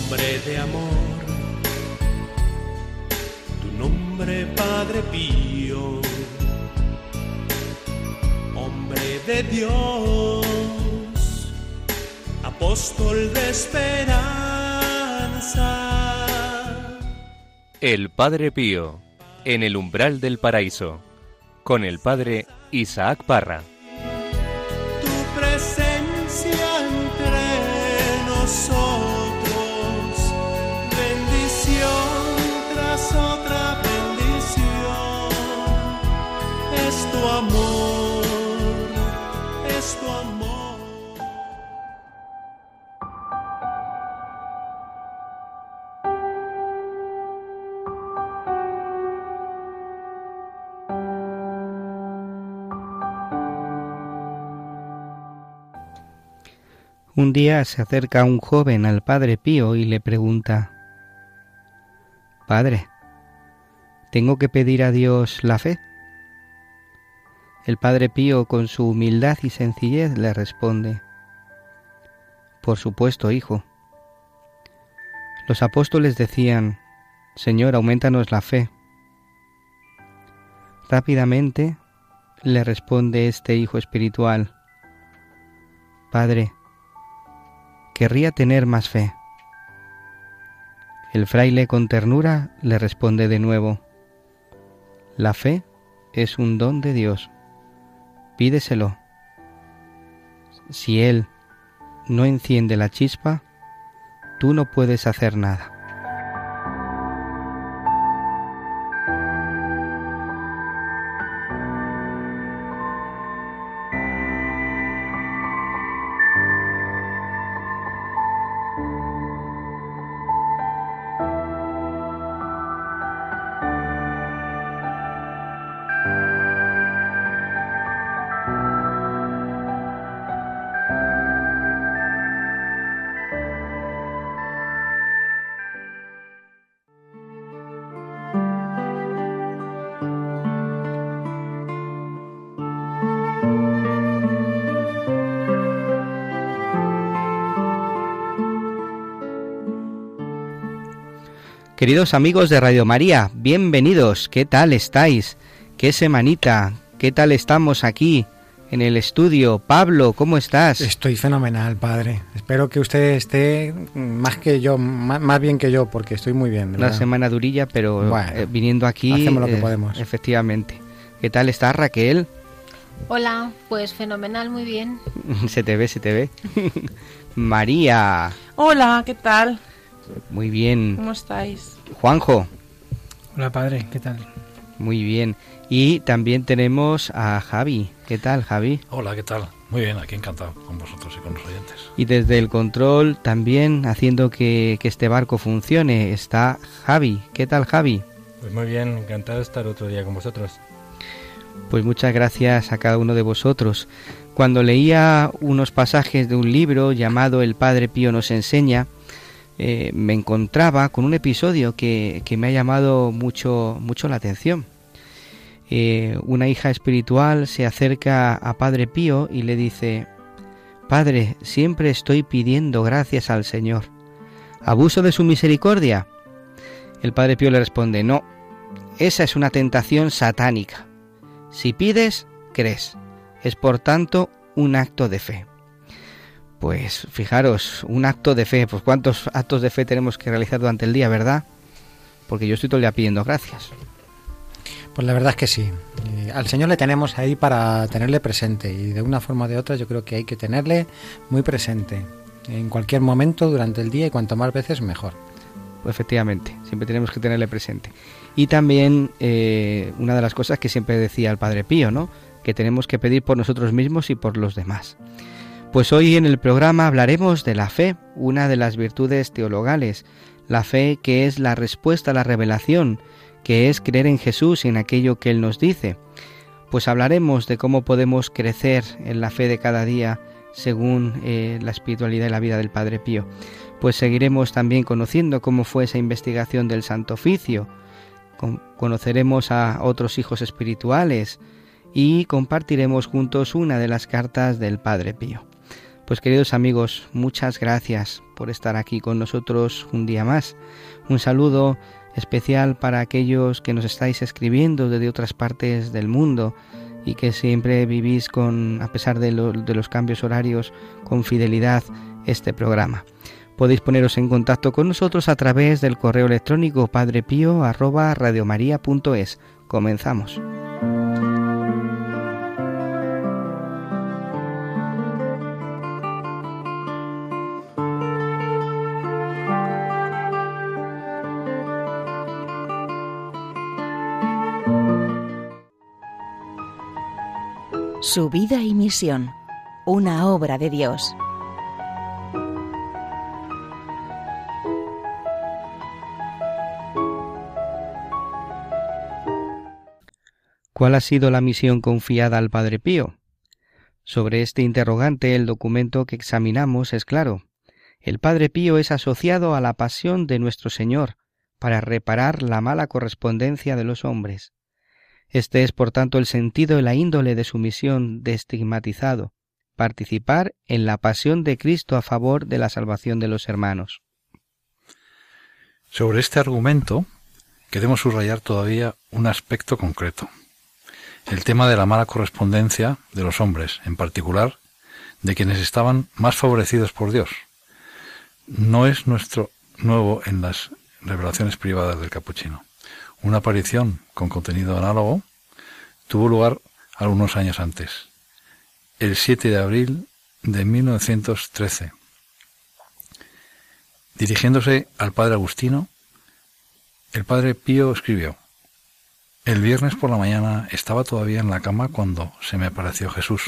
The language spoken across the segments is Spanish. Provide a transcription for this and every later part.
Hombre de amor, tu nombre Padre Pío, hombre de Dios, apóstol de esperanza. El Padre Pío, en el umbral del paraíso, con el Padre Isaac Parra. Tu presencia entre nosotros, bendición tras otra bendición, es tu amor, es tu amor. Un día se acerca un joven al Padre Pío y le pregunta: Padre, ¿tengo que pedir a Dios la fe? El Padre Pío, con su humildad y sencillez, le responde: Por supuesto, hijo. Los apóstoles decían: Señor, aumentanos la fe. Rápidamente le responde este hijo espiritual: Padre, querría tener más fe. El fraile con ternura le responde de nuevo: La fe es un don de Dios. Pídeselo. Si Él no enciende la chispa, tú no puedes hacer nada. Queridos amigos de Radio María, bienvenidos. ¿Qué tal estáis? ¿Qué semanita? ¿Qué tal estamos aquí en el estudio? Pablo, ¿cómo estás? Estoy fenomenal, padre. Espero que usted esté más que yo, más bien que yo, porque estoy muy bien. Una semana durilla, pero bueno, viniendo aquí hacemos lo que podemos. Efectivamente. ¿Qué tal está Raquel? Hola, pues fenomenal, muy bien. Se te ve. María. Hola, ¿qué tal? Muy bien. ¿Cómo estáis? Juanjo. Hola, padre, ¿qué tal? Muy bien. Y también tenemos a Javi. ¿Qué tal, Javi? Hola, ¿qué tal? Muy bien, aquí encantado con vosotros y con los oyentes. Y desde el control también haciendo que este barco funcione está Javi. ¿Qué tal, Javi? Pues muy bien, encantado de estar otro día con vosotros. Pues muchas gracias a cada uno de vosotros. Cuando leía unos pasajes de un libro llamado El Padre Pío nos enseña, me encontraba con un episodio que me ha llamado mucho la atención. Una hija espiritual se acerca a Padre Pío y le dice: Padre, siempre estoy pidiendo gracias al Señor. ¿Abuso de su misericordia? El Padre Pío le responde: No, esa es una tentación satánica. Si pides, crees. Es por tanto un acto de fe. Pues fijaros, un acto de fe, pues ¿cuántos actos de fe tenemos que realizar durante el día, verdad? Porque yo estoy todo el día pidiendo gracias. Pues la verdad es que sí. Al Señor le tenemos ahí para tenerle presente, y de una forma o de otra yo creo que hay que tenerle muy presente en cualquier momento durante el día, y cuanto más veces mejor. Pues efectivamente, siempre tenemos que tenerle presente. Y también una de las cosas que siempre decía el Padre Pío, ¿no? Que tenemos que pedir por nosotros mismos y por los demás. Pues hoy en el programa hablaremos de la fe, una de las virtudes teologales, la fe que es la respuesta a la revelación, que es creer en Jesús y en aquello que Él nos dice. Pues hablaremos de cómo podemos crecer en la fe de cada día según la espiritualidad y la vida del Padre Pío. Pues seguiremos también conociendo cómo fue esa investigación del Santo Oficio, conoceremos a otros hijos espirituales y compartiremos juntos una de las cartas del Padre Pío. Pues queridos amigos, muchas gracias por estar aquí con nosotros un día más. Un saludo especial para aquellos que nos estáis escribiendo desde otras partes del mundo y que siempre vivís a pesar de los cambios horarios, con fidelidad este programa. Podéis poneros en contacto con nosotros a través del correo electrónico padrepío@radiomaria.es. Comenzamos. Su vida y misión, una obra de Dios. ¿Cuál ha sido la misión confiada al Padre Pío? Sobre este interrogante, el documento que examinamos es claro. El Padre Pío es asociado a la pasión de nuestro Señor para reparar la mala correspondencia de los hombres. Este es, por tanto, el sentido y la índole de su misión de estigmatizado, participar en la pasión de Cristo a favor de la salvación de los hermanos. Sobre este argumento, queremos subrayar todavía un aspecto concreto. El tema de la mala correspondencia de los hombres, en particular, de quienes estaban más favorecidos por Dios. No es nuevo en las revelaciones privadas del capuchino. Una aparición con contenido análogo tuvo lugar algunos años antes, el 7 de abril de 1913. Dirigiéndose al padre Agustino, el padre Pío escribió: «El viernes por la mañana estaba todavía en la cama cuando se me apareció Jesús.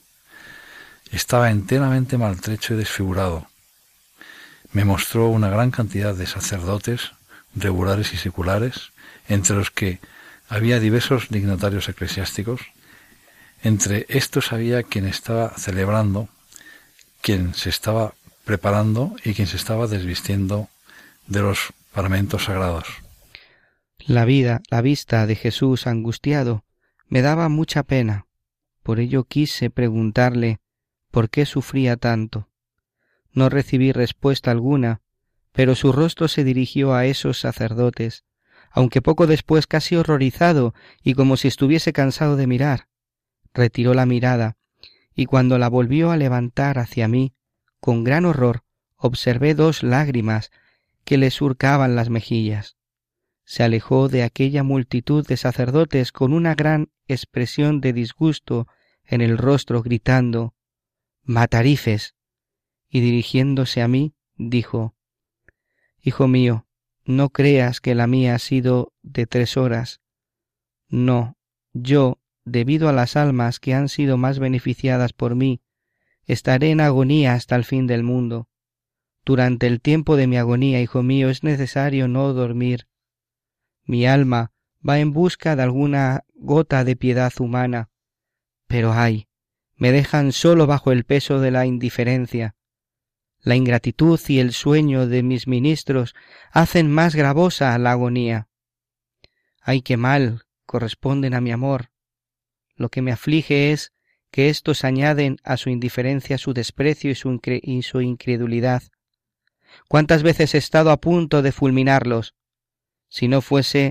Estaba enteramente maltrecho y desfigurado. Me mostró una gran cantidad de sacerdotes, regulares y seculares, entre los que había diversos dignatarios eclesiásticos. Entre estos había quien estaba celebrando, quien se estaba preparando y quien se estaba desvistiendo de los paramentos sagrados. La vista de Jesús angustiado me daba mucha pena. Por ello quise preguntarle por qué sufría tanto. No recibí respuesta alguna, pero su rostro se dirigió a esos sacerdotes, aunque poco después, casi horrorizado y como si estuviese cansado de mirar, retiró la mirada, y cuando la volvió a levantar hacia mí, con gran horror, observé 2 lágrimas que le surcaban las mejillas. Se alejó de aquella multitud de sacerdotes con una gran expresión de disgusto en el rostro, gritando: «¡Matarifes!», y dirigiéndose a mí, dijo: «Hijo mío, no creas que la mía ha sido de 3 horas. No, yo, debido a las almas que han sido más beneficiadas por mí, estaré en agonía hasta el fin del mundo. Durante el tiempo de mi agonía, hijo mío, es necesario no dormir. Mi alma va en busca de alguna gota de piedad humana, pero ¡ay!, me dejan solo bajo el peso de la indiferencia. La ingratitud y el sueño de mis ministros hacen más gravosa la agonía. ¡Ay, qué mal corresponden a mi amor! Lo que me aflige es que éstos añaden a su indiferencia su desprecio y su incredulidad. ¿Cuántas veces he estado a punto de fulminarlos, si no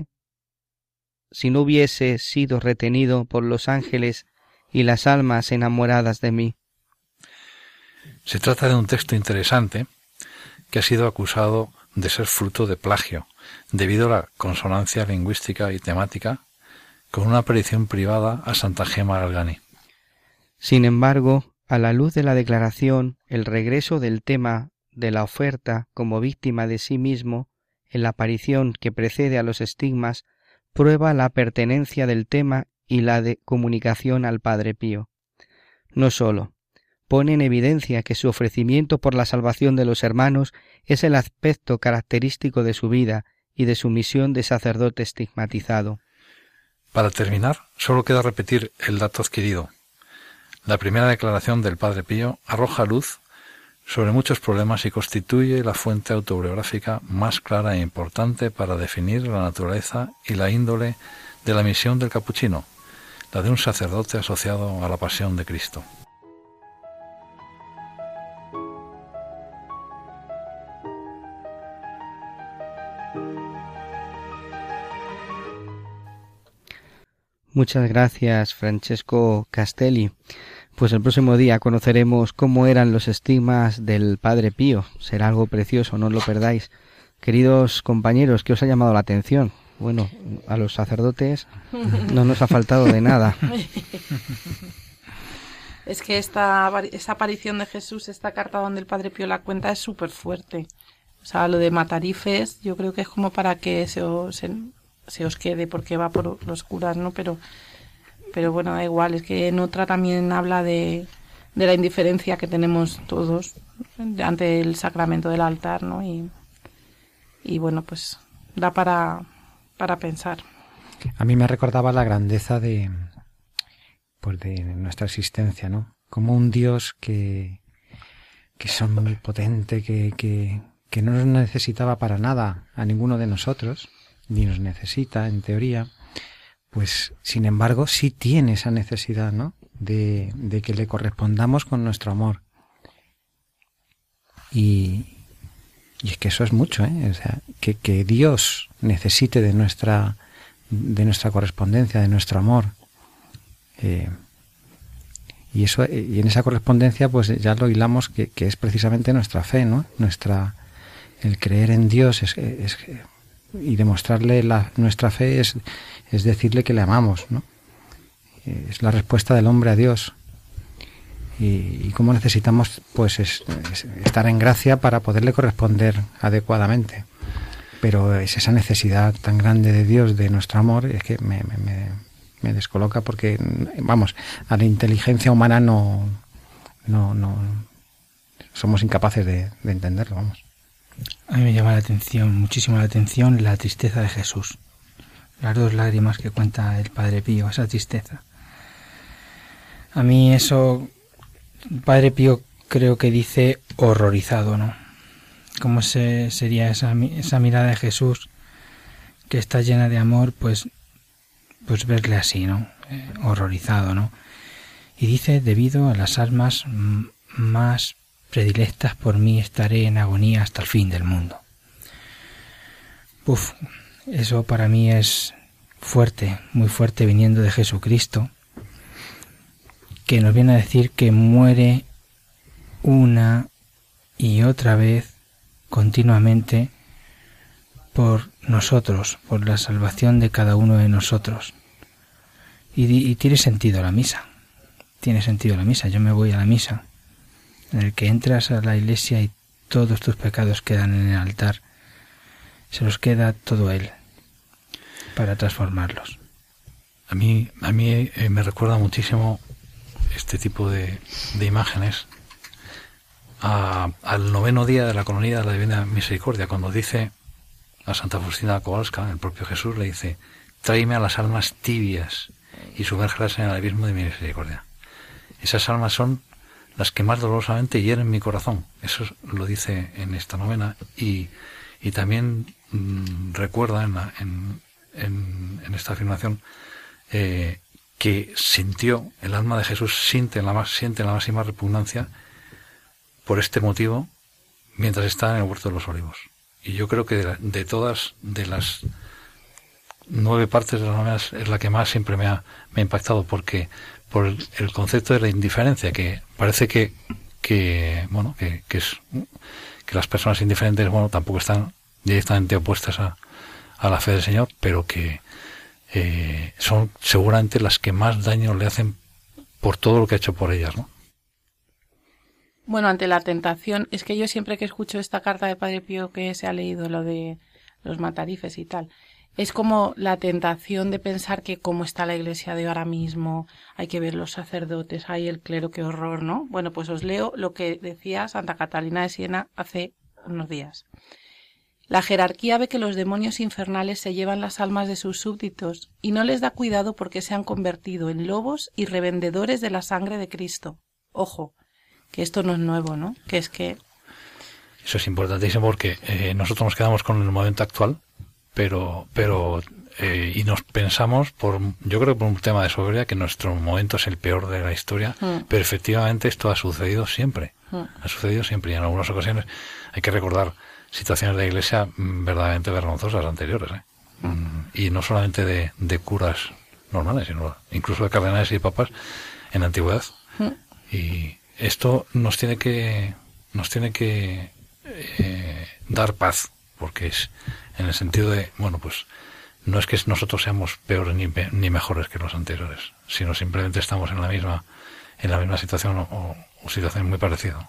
hubiese sido retenido por los ángeles y las almas enamoradas de mí? Se trata de un texto interesante que ha sido acusado de ser fruto de plagio, debido a la consonancia lingüística y temática con una aparición privada a Santa Gema Galgani. Sin embargo, a la luz de la declaración, el regreso del tema de la oferta como víctima de sí mismo en la aparición que precede a los estigmas prueba la pertenencia del tema y la de comunicación al Padre Pío. No sólo pone en evidencia que su ofrecimiento por la salvación de los hermanos es el aspecto característico de su vida y de su misión de sacerdote estigmatizado. Para terminar, solo queda repetir el dato adquirido. La primera declaración del Padre Pío arroja luz sobre muchos problemas y constituye la fuente autobiográfica más clara e importante para definir la naturaleza y la índole de la misión del capuchino, la de un sacerdote asociado a la pasión de Cristo. Muchas gracias, Francesco Castelli. Pues el próximo día conoceremos cómo eran los estigmas del Padre Pío. Será algo precioso, no os lo perdáis. Queridos compañeros, ¿qué os ha llamado la atención? Bueno, a los sacerdotes no nos ha faltado de nada. Es que esa aparición de Jesús, esta carta donde el Padre Pío la cuenta, es súper fuerte. O sea, lo de Matarifes, yo creo que es como para que se os quede, porque va por los curas, ¿no? Pero bueno, da igual, es que en otra también habla de la indiferencia que tenemos todos ante el sacramento del altar, ¿no? Y bueno, pues da para pensar. A mí me recordaba la grandeza de nuestra existencia, ¿no? Como un Dios que es omnipotente, que no nos necesitaba para nada a ninguno de nosotros, ni nos necesita, en teoría, pues sin embargo sí tiene esa necesidad, ¿no? De que le correspondamos con nuestro amor. Y es que eso es mucho, ¿eh? O sea, que Dios necesite de nuestra correspondencia, de nuestro amor. Y en esa correspondencia pues ya lo hilamos que es precisamente nuestra fe, ¿no? El creer en Dios y demostrarle nuestra fe es decirle que le amamos, ¿no? Es la respuesta del hombre a Dios. Y cómo necesitamos pues estar en gracia para poderle corresponder adecuadamente. Pero es esa necesidad tan grande de Dios, de nuestro amor, es que me descoloca porque, vamos, a la inteligencia humana no somos incapaces de entenderlo, vamos. A mí me llama muchísimo la atención la tristeza de Jesús. Las 2 lágrimas que cuenta el Padre Pío, esa tristeza. A mí eso, el Padre Pío creo que dice horrorizado, ¿no? ¿Cómo sería esa mirada de Jesús que está llena de amor, pues verle así, ¿no? Horrorizado, ¿no? Y dice, debido a las almas más predilectas por mí estaré en agonía hasta el fin del mundo. Eso para mí es fuerte, muy fuerte, viniendo de Jesucristo, que nos viene a decir que muere una y otra vez continuamente por nosotros, por la salvación de cada uno de nosotros. Y tiene sentido la misa. Tiene sentido la misa. Yo me voy a la misa, en el que entras a la iglesia y todos tus pecados quedan en el altar. Se los queda todo Él para transformarlos. A mí me recuerda muchísimo este tipo de imágenes al 9º día de la Coronilla de la Divina Misericordia, cuando dice a Santa Faustina Kowalska, el propio Jesús le dice: tráeme a las almas tibias y sumérgelas en el abismo de mi misericordia. Esas almas son las que más dolorosamente hieren mi corazón. Eso lo dice en esta novena, y también recuerda en esta afirmación que sintió, el alma de Jesús siente la máxima repugnancia por este motivo mientras está en el huerto de los olivos. Y yo creo que de las 9 partes de las novenas es la que más siempre me ha impactado, porque por el concepto de la indiferencia, que parece que las personas indiferentes, tampoco están directamente opuestas a la fe del Señor, pero que son seguramente las que más daño le hacen por todo lo que ha hecho por ellas, ¿no? Bueno, ante la tentación, es que yo siempre que escucho esta carta de Padre Pío que se ha leído, lo de los matarifes y tal, es como la tentación de pensar que cómo está la iglesia de ahora mismo, hay que ver los sacerdotes, hay el clero, qué horror, ¿no? Bueno, pues os leo lo que decía Santa Catalina de Siena hace unos días. La jerarquía ve que los demonios infernales se llevan las almas de sus súbditos y no les da cuidado porque se han convertido en lobos y revendedores de la sangre de Cristo. Ojo, que esto no es nuevo, ¿no? Que es que... Eso es importantísimo, porque nosotros nos quedamos con el momento actual, pero y nos pensamos, yo creo que por un tema de soberbia, que nuestro momento es el peor de la historia, pero efectivamente esto ha sucedido siempre. Ha sucedido siempre, y en algunas ocasiones hay que recordar situaciones de la Iglesia verdaderamente vergonzosas anteriores, y no solamente de curas normales, sino incluso de cardenales y de papas en la antigüedad. Y esto nos tiene que dar paz, porque es en el sentido de, bueno, pues no es que nosotros seamos peores ni mejores que los anteriores, sino simplemente estamos en la misma situación o situación muy parecida.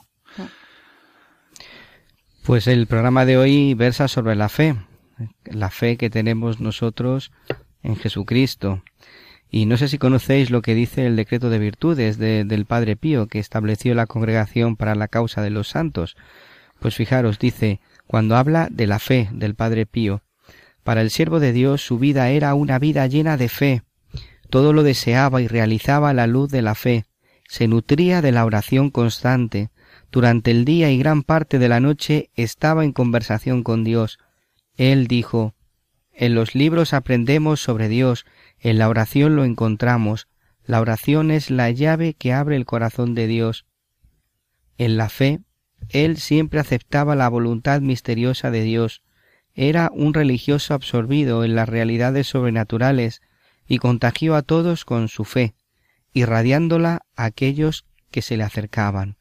Pues el programa de hoy versa sobre la fe que tenemos nosotros en Jesucristo. Y no sé si conocéis lo que dice el decreto de virtudes del Padre Pío, que estableció la Congregación para la Causa de los Santos. Pues fijaros, dice, cuando habla de la fe del Padre Pío, para el siervo de Dios su vida era una vida llena de fe. Todo lo deseaba y realizaba a la luz de la fe. Se nutría de la oración constante. Durante el día y gran parte de la noche estaba en conversación con Dios. Él dijo, en los libros aprendemos sobre Dios, en la oración lo encontramos. La oración es la llave que abre el corazón de Dios. En la fe, él siempre aceptaba la voluntad misteriosa de Dios. Era un religioso absorbido en las realidades sobrenaturales y contagió a todos con su fe, irradiándola a aquellos que se le acercaban.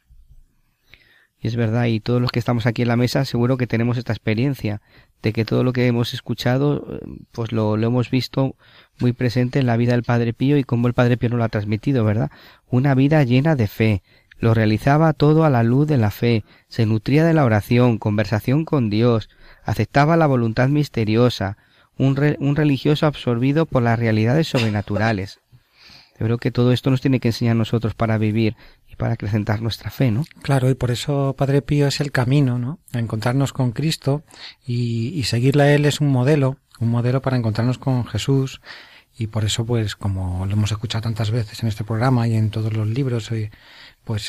Y es verdad, y todos los que estamos aquí en la mesa seguro que tenemos esta experiencia de que todo lo que hemos escuchado pues lo hemos visto muy presente en la vida del Padre Pío y cómo el Padre Pío nos lo ha transmitido, ¿verdad? Una vida llena de fe, lo realizaba todo a la luz de la fe, se nutría de la oración, conversación con Dios, aceptaba la voluntad misteriosa, un religioso absorbido por las realidades sobrenaturales. Yo creo que todo esto nos tiene que enseñar a nosotros para vivir y para acrecentar nuestra fe, ¿no? Claro, y por eso Padre Pío es el camino, ¿no? A encontrarnos con Cristo y seguirle a Él es un modelo para encontrarnos con Jesús. Y por eso, pues, como lo hemos escuchado tantas veces en este programa y en todos los libros, pues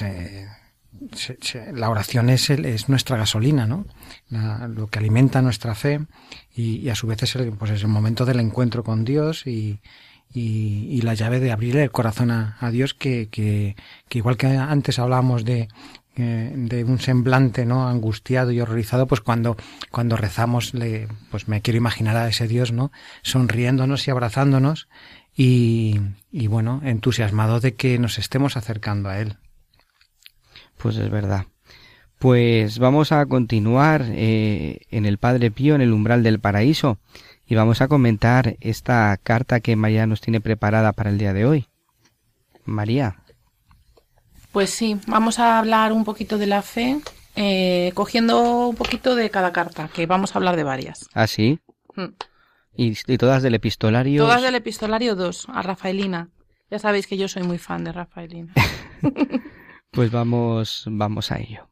la oración es nuestra gasolina, ¿no? Lo que alimenta nuestra fe y a su vez es el momento del encuentro con Dios y la llave de abrirle el corazón a Dios que igual que antes hablábamos de un semblante, ¿no?, angustiado y horrorizado, pues cuando rezamos pues me quiero imaginar a ese Dios, ¿no?, sonriéndonos y abrazándonos y bueno, entusiasmado de que nos estemos acercando a Él. Pues es verdad. Pues vamos a continuar en el Padre Pío, en el umbral del paraíso. Y vamos a comentar esta carta que María nos tiene preparada para el día de hoy. María. Pues sí, vamos a hablar un poquito de la fe, cogiendo un poquito de cada carta, que vamos a hablar de varias. ¿Ah, sí? ¿Y todas del epistolario? Todas del epistolario 2, a Rafaelina. Ya sabéis que yo soy muy fan de Rafaelina. Pues vamos a ello.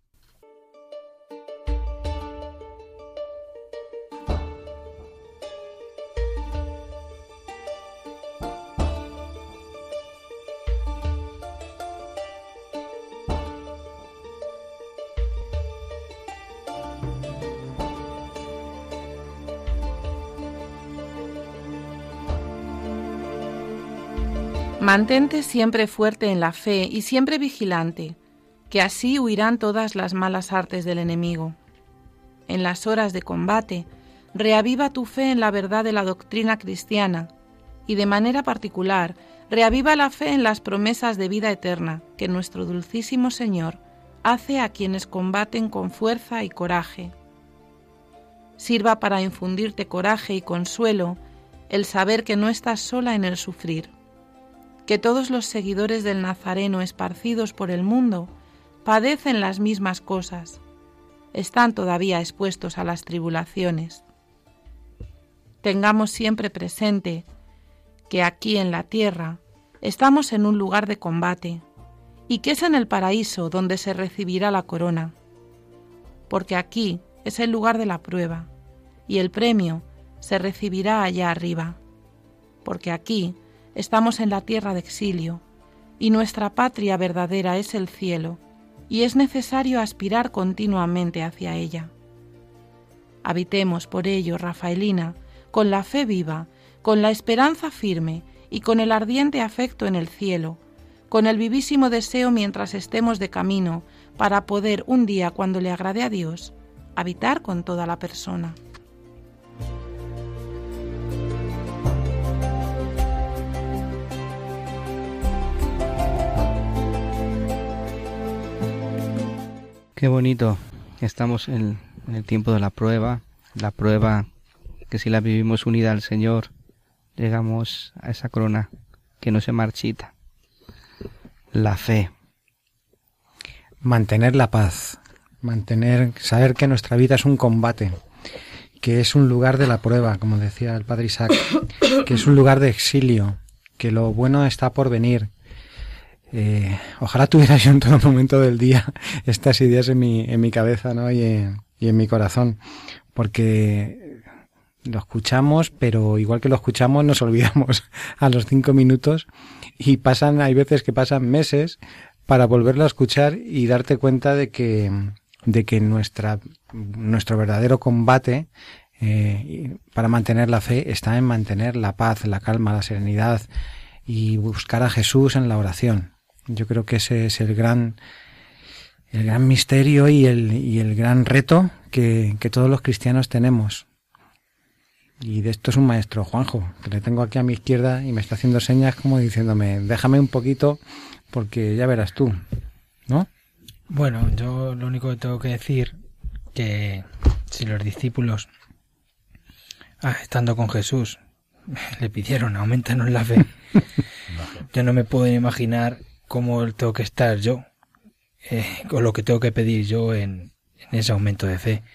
Mantente siempre fuerte en la fe y siempre vigilante, que así huirán todas las malas artes del enemigo. En las horas de combate, reaviva tu fe en la verdad de la doctrina cristiana y de manera particular, reaviva la fe en las promesas de vida eterna que nuestro dulcísimo Señor hace a quienes combaten con fuerza y coraje. Sirva para infundirte coraje y consuelo el saber que no estás sola en el sufrir, que todos los seguidores del Nazareno esparcidos por el mundo padecen las mismas cosas, están todavía expuestos a las tribulaciones. Tengamos siempre presente que aquí en la tierra estamos en un lugar de combate y que es en el paraíso donde se recibirá la corona, porque aquí es el lugar de la prueba y el premio se recibirá allá arriba, porque aquí estamos en la tierra de exilio y nuestra patria verdadera es el cielo y es necesario aspirar continuamente hacia ella. Habitemos por ello, Rafaelina, con la fe viva, con la esperanza firme y con el ardiente afecto en el cielo, con el vivísimo deseo mientras estemos de camino para poder un día, cuando le agrade a Dios, habitar con toda la persona. Qué bonito. Estamos en el tiempo de la prueba que si la vivimos unida al Señor, llegamos a esa corona que no se marchita. La fe. Mantener la paz, saber que nuestra vida es un combate, que es un lugar de la prueba, como decía el padre Isaac, que es un lugar de exilio, que lo bueno está por venir. Ojalá tuviera yo en todo momento del día estas ideas en mi cabeza, ¿no? y en mi corazón, porque lo escuchamos, pero igual que lo escuchamos nos olvidamos a los 5 minutos y hay veces que pasan meses para volverlo a escuchar y darte cuenta de que nuestro verdadero combate para mantener la fe está en mantener la paz, la calma, la serenidad y buscar a Jesús en la oración. Yo creo que ese es el gran misterio y el gran reto que todos los cristianos tenemos. Y de esto es un maestro, Juanjo, que le tengo aquí a mi izquierda y me está haciendo señas como diciéndome, déjame un poquito porque ya verás tú, ¿no? Bueno, yo lo único que tengo que decir que si los discípulos, estando con Jesús, le pidieron, aumentanos la fe, yo no me puedo imaginar cómo tengo que estar yo, con lo que tengo que pedir yo en ese aumento de fe.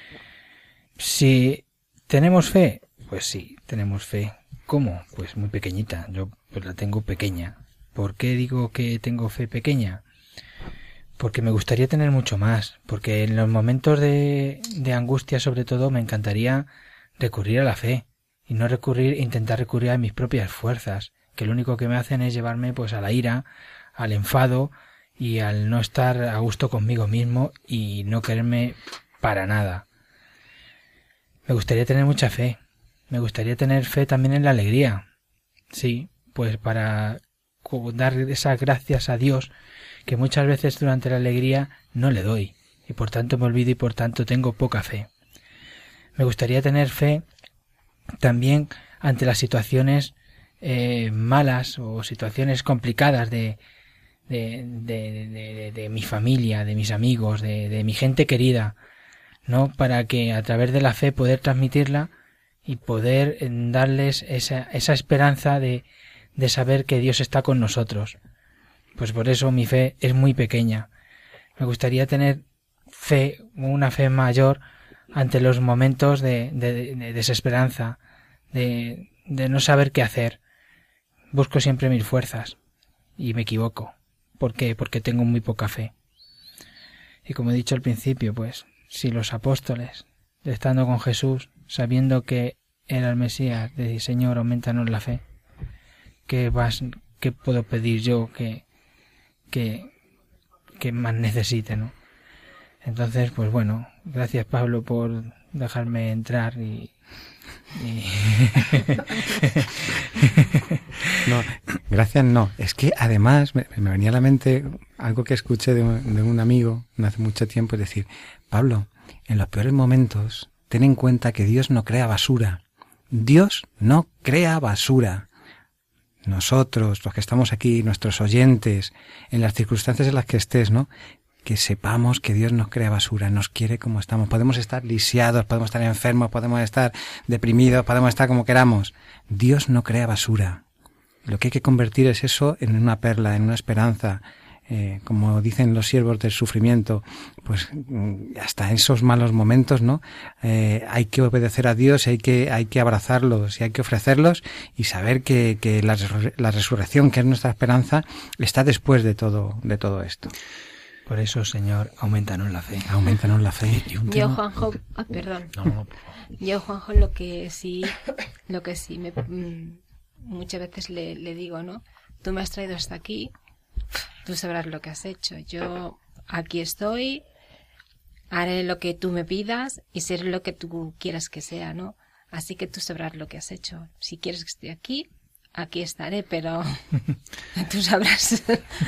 Si tenemos fe, pues sí, tenemos fe. ¿Cómo? Pues muy pequeñita, yo pues la tengo pequeña. ¿Por qué digo que tengo fe pequeña? Porque me gustaría tener mucho más, porque en los momentos de angustia sobre todo me encantaría recurrir a la fe y no intentar recurrir a mis propias fuerzas, que lo único que me hacen es llevarme pues a la ira, al enfado y al no estar a gusto conmigo mismo y no quererme para nada. Me gustaría tener mucha fe. Me gustaría tener fe también en la alegría. Sí, pues para dar esas gracias a Dios que muchas veces durante la alegría no le doy y por tanto me olvido y por tanto tengo poca fe. Me gustaría tener fe también ante las situaciones malas o situaciones complicadas de mi familia, de mis amigos, de mi gente querida, ¿no? Para que a través de la fe poder transmitirla y poder darles esa esperanza de saber que Dios está con nosotros. Pues por eso mi fe es muy pequeña. Me gustaría tener fe, una fe mayor ante los momentos de desesperanza, de no saber qué hacer. Busco siempre mis fuerzas y me equivoco. ¿Por qué? Porque tengo muy poca fe. Y como he dicho al principio, pues si los apóstoles, estando con Jesús, sabiendo que era el Mesías, decir, Señor, aumentanos la fe, ¿qué puedo pedir yo que más necesite, ¿no? Entonces, pues bueno, gracias Pablo por dejarme entrar y... No, gracias no. Es que además me venía a la mente algo que escuché de un amigo no hace mucho tiempo, es decir, Pablo, en los peores momentos, ten en cuenta que Dios no crea basura. Dios no crea basura. Nosotros, los que estamos aquí, nuestros oyentes, en las circunstancias en las que estés, ¿no? Que sepamos que Dios nos crea basura, nos quiere como estamos. Podemos estar lisiados, podemos estar enfermos, podemos estar deprimidos, podemos estar como queramos. Dios no crea basura. Lo que hay que convertir es eso en una perla, en una esperanza. Como dicen los siervos del sufrimiento, pues hasta esos malos momentos, ¿no? Hay que obedecer a Dios, hay que abrazarlos y hay que ofrecerlos y saber que la resurrección, que es nuestra esperanza, está después de todo esto. Por eso, Señor, aumentanos la fe. Aumentanos la fe. Yo, Juanjo, perdón. No. Yo, Juanjo, lo que sí muchas veces le digo, ¿no? Tú me has traído hasta aquí, tú sabrás lo que has hecho. Yo aquí estoy, haré lo que tú me pidas y seré lo que tú quieras que sea, ¿no? Así que tú sabrás lo que has hecho. Si quieres que esté aquí estaré, pero tú sabrás.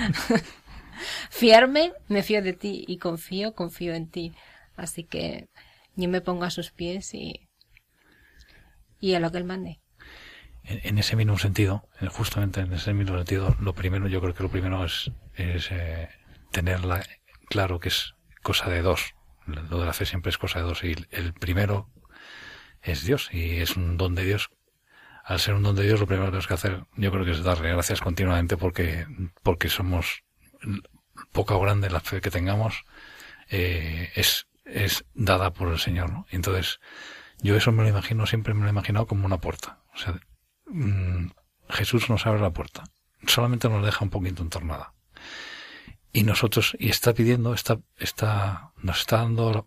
Fiarme, me fío de ti y confío en ti. Así que yo me pongo a sus pies y a lo que él mande. En ese mismo sentido, justamente en ese mismo sentido, yo creo que lo primero es tener claro que es cosa de dos. Lo de la fe siempre es cosa de dos, y el primero es Dios, y es un don de Dios. Al ser un don de Dios, lo primero que tenemos que hacer, yo creo que es darle gracias continuamente, porque somos, poca o grande la fe que tengamos, es dada por el Señor, ¿no? Y entonces, yo eso me lo imagino, siempre me lo he imaginado como una puerta. O sea, Jesús nos abre la puerta, solamente nos deja un poquito entornada. Y nosotros, y está pidiendo, nos está dando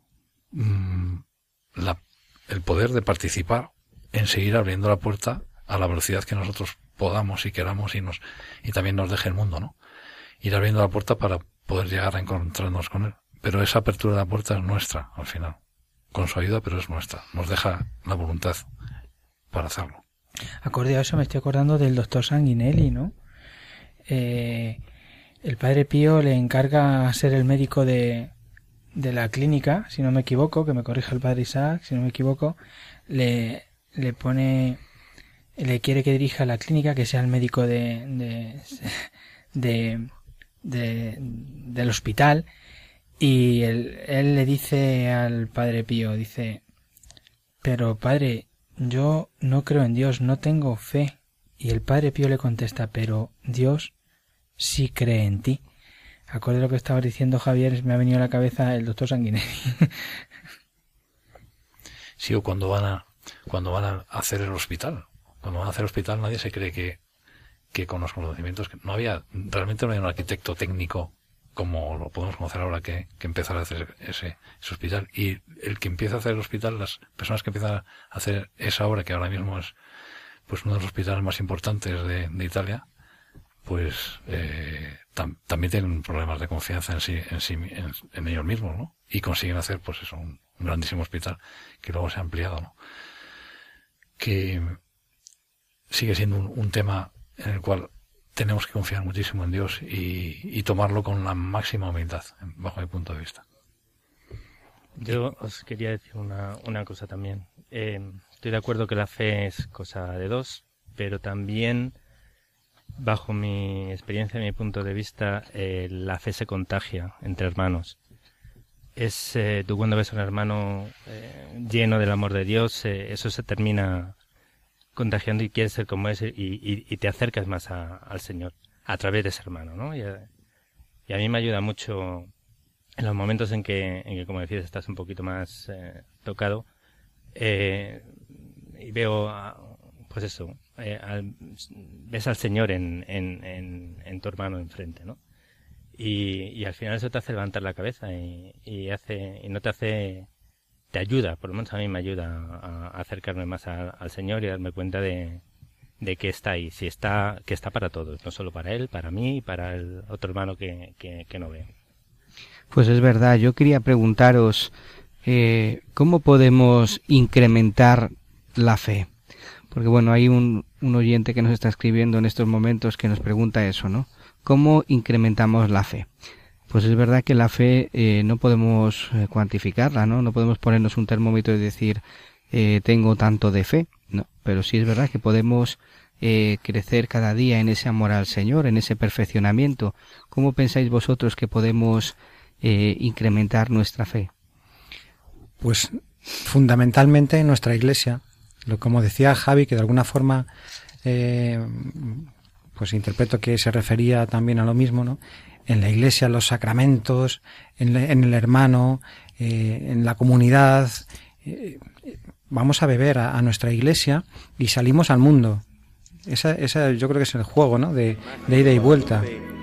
el poder de participar en seguir abriendo la puerta a la velocidad que nosotros podamos y queramos, y también nos deje el mundo, ¿no? Ir abriendo la puerta para poder llegar a encontrarnos con Él. Pero esa apertura de la puerta es nuestra, al final. Con su ayuda, pero es nuestra. Nos deja la voluntad para hacerlo. Acorde a eso, me estoy acordando del doctor Sanguinelli, ¿no? El padre Pío le encarga ser el médico de la clínica, si no me equivoco, que me corrija el padre Isaac, si no me equivoco, le quiere que dirija la clínica, que sea el médico del hospital, y él le dice al padre Pío, dice, pero padre, yo no creo en Dios, no tengo fe. Y el padre Pío le contesta, pero Dios sí cree en ti. Acorde a lo que estaba diciendo Javier, me ha venido a la cabeza el doctor Sanguinelli. Sí, o cuando van a hacer el hospital. Cuando van a hacer el hospital, nadie se cree que con los conocimientos, que realmente no había un arquitecto técnico como lo podemos conocer ahora que empezar a hacer ese hospital. Y el que empieza a hacer el hospital, las personas que empiezan a hacer esa obra, que ahora mismo es pues uno de los hospitales más importantes de Italia, pues también tienen problemas de confianza en ellos mismos, ¿no? Y consiguen hacer, pues eso, un grandísimo hospital que luego se ha ampliado, ¿no? Que sigue siendo un tema en el cual tenemos que confiar muchísimo en Dios y tomarlo con la máxima humildad, bajo mi punto de vista. Yo os quería decir una cosa también. Estoy de acuerdo que la fe es cosa de dos, pero también, bajo mi experiencia y mi punto de vista, la fe se contagia entre hermanos. Tú cuando ves a un hermano lleno del amor de Dios, eso se termina contagiando y quieres ser como es y te acercas más al Señor a través de ese hermano, ¿no? Y a mí me ayuda mucho en los momentos en que como decías, estás un poquito más tocado, y veo, pues eso, ves al Señor en tu hermano enfrente, ¿no? Y al final eso te hace levantar la cabeza te ayuda, por lo menos a mí me ayuda a acercarme más al Señor y darme cuenta de que está ahí, que está para todos, no solo para él, para mí y para el otro hermano que no veo. Pues es verdad, yo quería preguntaros, ¿cómo podemos incrementar la fe? Porque bueno, hay un oyente que nos está escribiendo en estos momentos que nos pregunta eso, ¿no? ¿Cómo incrementamos la fe? Pues es verdad que la fe no podemos cuantificarla, ¿no? No podemos ponernos un termómetro y decir tengo tanto de fe, no. Pero sí es verdad que podemos crecer cada día en ese amor al Señor, en ese perfeccionamiento. ¿Cómo pensáis vosotros que podemos incrementar nuestra fe? Pues fundamentalmente en nuestra Iglesia. Como decía Javi, que de alguna forma pues interpreto que se refería también a lo mismo, ¿no? En la Iglesia, los sacramentos, en el hermano, en la comunidad. Vamos a beber a nuestra Iglesia y salimos al mundo. Esa yo creo que es el juego, ¿no? De ida y vuelta.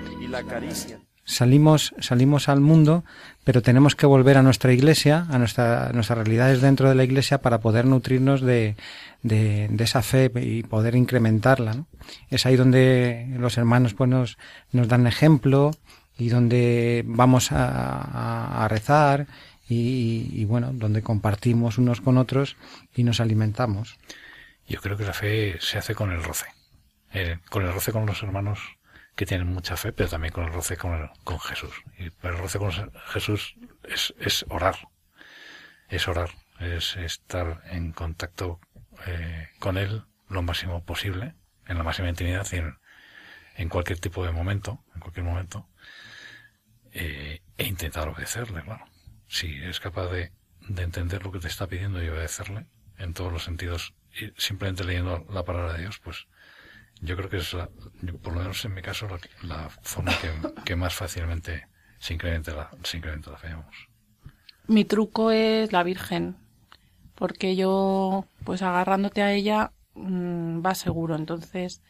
Salimos al mundo, pero tenemos que volver a nuestra Iglesia, a nuestras realidades dentro de la Iglesia para poder nutrirnos de esa fe y poder incrementarla, ¿no? Es ahí donde los hermanos pues nos dan ejemplo y donde vamos a rezar y bueno, donde compartimos unos con otros y nos alimentamos. Yo creo que la fe se hace con el roce. Con el roce con los hermanos que tienen mucha fe, pero también con el roce con Jesús. Y el roce con Jesús es orar. Es orar. Es estar en contacto con Él lo máximo posible, en la máxima intimidad y en cualquier tipo de momento, en cualquier momento, e intentar obedecerle, claro. si es capaz de entender lo que te está pidiendo y obedecerle en todos los sentidos, y simplemente leyendo la palabra de Dios, pues yo creo que es, por lo menos en mi caso, la forma que más fácilmente se incrementa la fe. Vamos. Mi truco es la Virgen, porque yo, pues agarrándote a ella, va seguro. Entonces,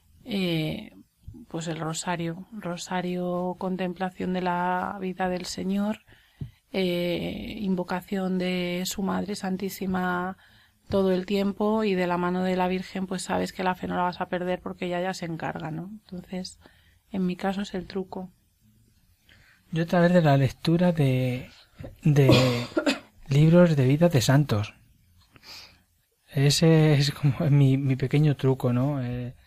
pues el rosario, contemplación de la vida del Señor, invocación de su Madre Santísima todo el tiempo, y de la mano de la Virgen pues sabes que la fe no la vas a perder porque ella ya se encarga, ¿no? Entonces, en mi caso es el truco. Yo a través de la lectura de libros de vida de santos. Ese es como mi pequeño truco, ¿no?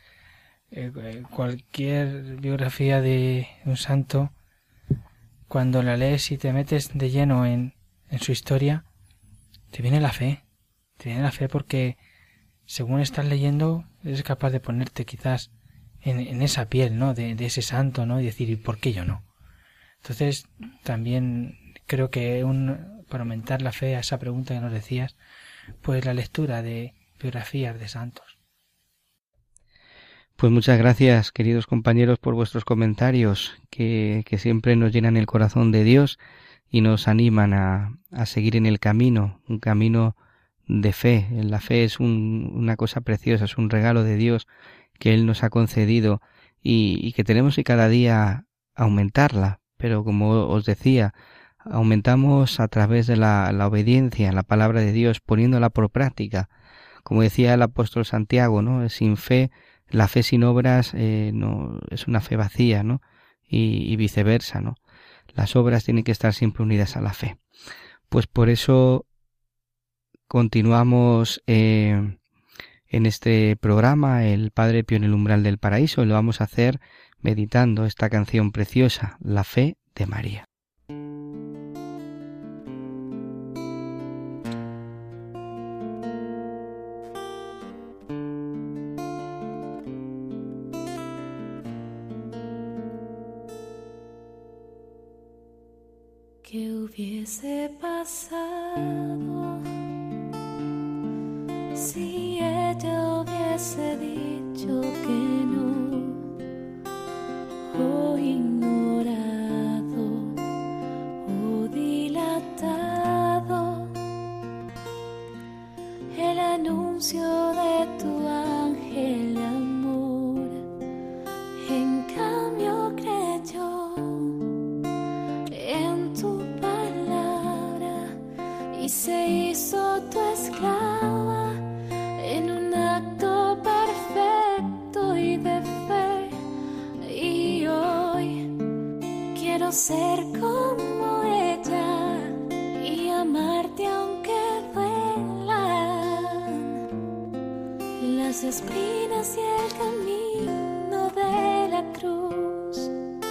Cualquier biografía de un santo, cuando la lees y te metes de lleno en su historia, te viene la fe. Te viene la fe porque según estás leyendo eres capaz de ponerte quizás en esa piel, ¿no? De ese santo, ¿no? Y decir, ¿y por qué yo no? Entonces también creo que para aumentar la fe a esa pregunta que nos decías, pues la lectura de biografías de santos. Pues muchas gracias, queridos compañeros, por vuestros comentarios que siempre nos llenan el corazón de Dios y nos animan a seguir en el camino, un camino de fe. La fe es una cosa preciosa, es un regalo de Dios que Él nos ha concedido y que tenemos que cada día aumentarla. Pero como os decía, aumentamos a través de la obediencia, la palabra de Dios, poniéndola por práctica. Como decía el apóstol Santiago, ¿no? Sin fe, la fe sin obras no es una fe vacía, ¿no? Y viceversa, ¿no? Las obras tienen que estar siempre unidas a la fe. Pues por eso continuamos en este programa, el Padre Pío en el umbral del paraíso, y lo vamos a hacer meditando esta canción preciosa, La fe de María. ¿Qué hubiese pasado si ella hubiese dicho que no, o ignorado o dilatado el anuncio de tu ángel de amor? En cambio creyó en tu palabra y se hizo tu esclava en un acto perfecto y de fe. Y hoy quiero ser como ella y amarte aunque duelan las espinas y el camino de la cruz.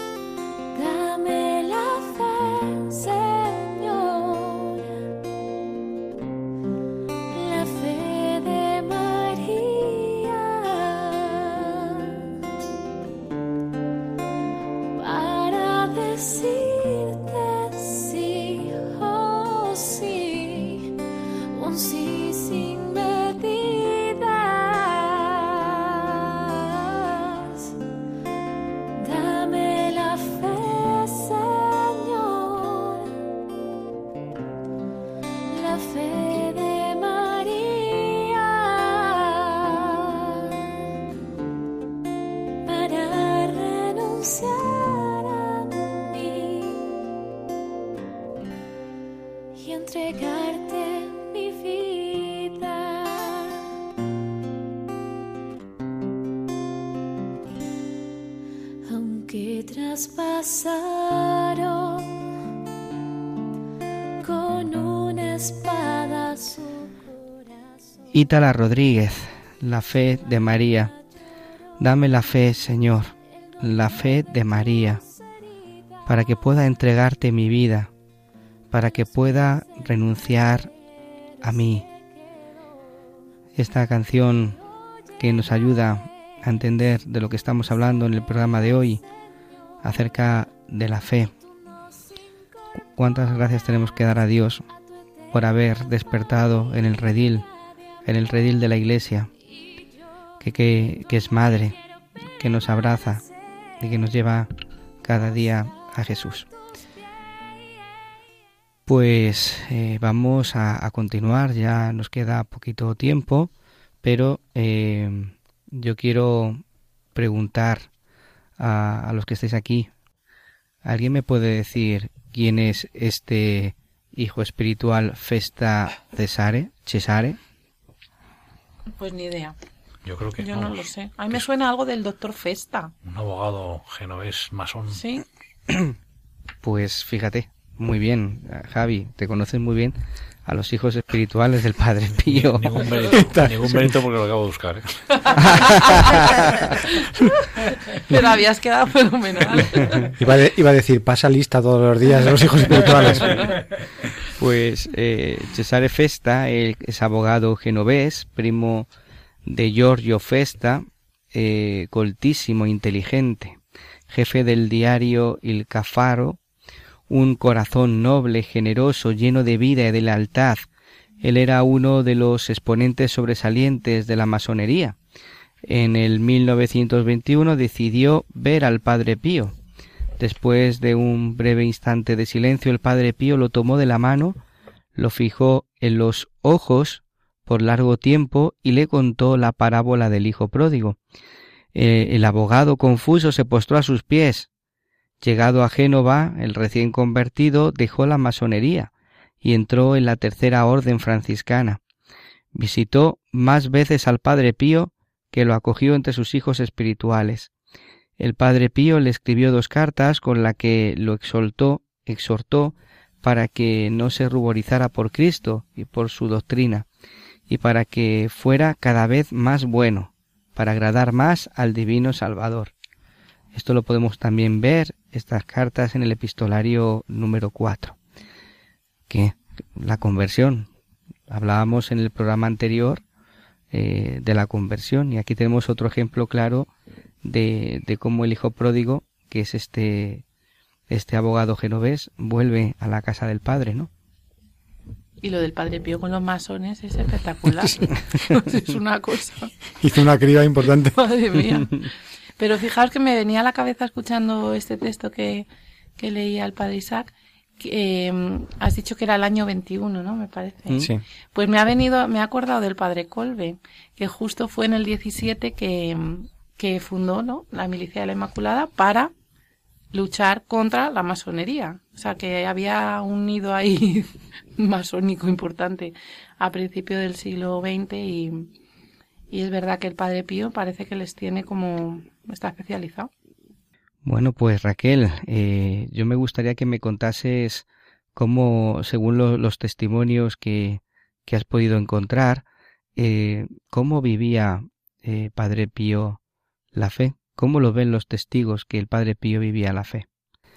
Dame la fe, Señor, la fe de María, para decirte sí, oh sí, un sí sin medidas. Dame la fe, Señor, la fe de María, para renunciar a mí y entregarte mi vida. Aunque traspasaron con una espada su corazón. Ítala Rodríguez, la fe de María. Dame la fe, Señor, la fe de María, para que pueda entregarte mi vida, para que pueda renunciar a mí. Esta canción que nos ayuda a entender de lo que estamos hablando en el programa de hoy, acerca de la fe. cuántas gracias tenemos que dar a Dios por haber despertado en el redil de la Iglesia, que es madre, que nos abraza y que nos lleva cada día a Jesús. Pues vamos a continuar, ya nos queda poquito tiempo, pero yo quiero preguntar a los que estáis aquí, ¿alguien me puede decir quién es este hijo espiritual Festa Cesare? Pues ni idea. Yo creo que yo no lo sé. A mí me suena algo del doctor Festa. Un abogado genovés masón. Sí. Pues fíjate, muy bien, Javi, te conoces muy bien a los hijos espirituales del Padre Pío. Ningún mérito porque lo acabo de buscar, ¿eh? Pero habías quedado fenomenal. Iba a decir, pasa lista todos los días de los hijos espirituales. Pues Cesare Festa es abogado genovés, primo de Giorgio Festa, coltísimo, inteligente, jefe del diario Il Caffaro, un corazón noble, generoso, lleno de vida y de lealtad. Él era uno de los exponentes sobresalientes de la masonería. En el 1921 decidió ver al Padre Pío. Después de un breve instante de silencio, el Padre Pío lo tomó de la mano, lo fijó en los ojos por largo tiempo y le contó la parábola del hijo pródigo. El abogado confuso se postró a sus pies. Llegado a Génova, el recién convertido dejó la masonería y entró en la tercera orden franciscana. Visitó más veces al Padre Pío, que lo acogió entre sus hijos espirituales. El Padre Pío le escribió 2 cartas con las que lo exhortó para que no se ruborizara por Cristo y por su doctrina, y para que fuera cada vez más bueno, para agradar más al Divino Salvador. Esto lo podemos también ver, estas cartas, en el epistolario número 4. Que la conversión. Hablábamos en el programa anterior de la conversión, y aquí tenemos otro ejemplo claro de cómo el hijo pródigo, que es este abogado genovés, vuelve a la casa del Padre, ¿no? Y lo del Padre Pío con los masones es espectacular. Es una cosa. Hizo una criba importante. Madre mía. Pero fijaos que me venía a la cabeza escuchando este texto que leía el Padre Isaac. Has dicho que era el año 21, ¿no? Me parece. Sí. Pues me ha acordado del Padre Kolbe, que justo fue en el 17 que fundó, ¿no?, la Milicia de la Inmaculada para luchar contra la masonería. O sea, que había un nido ahí masónico importante a principios del siglo XX y es verdad que el Padre Pío parece que les tiene como... está especializado. Bueno, pues Raquel, yo me gustaría que me contases cómo, según los testimonios que has podido encontrar, cómo vivía Padre Pío la fe. ¿Cómo lo ven los testigos que el Padre Pío vivía la fe?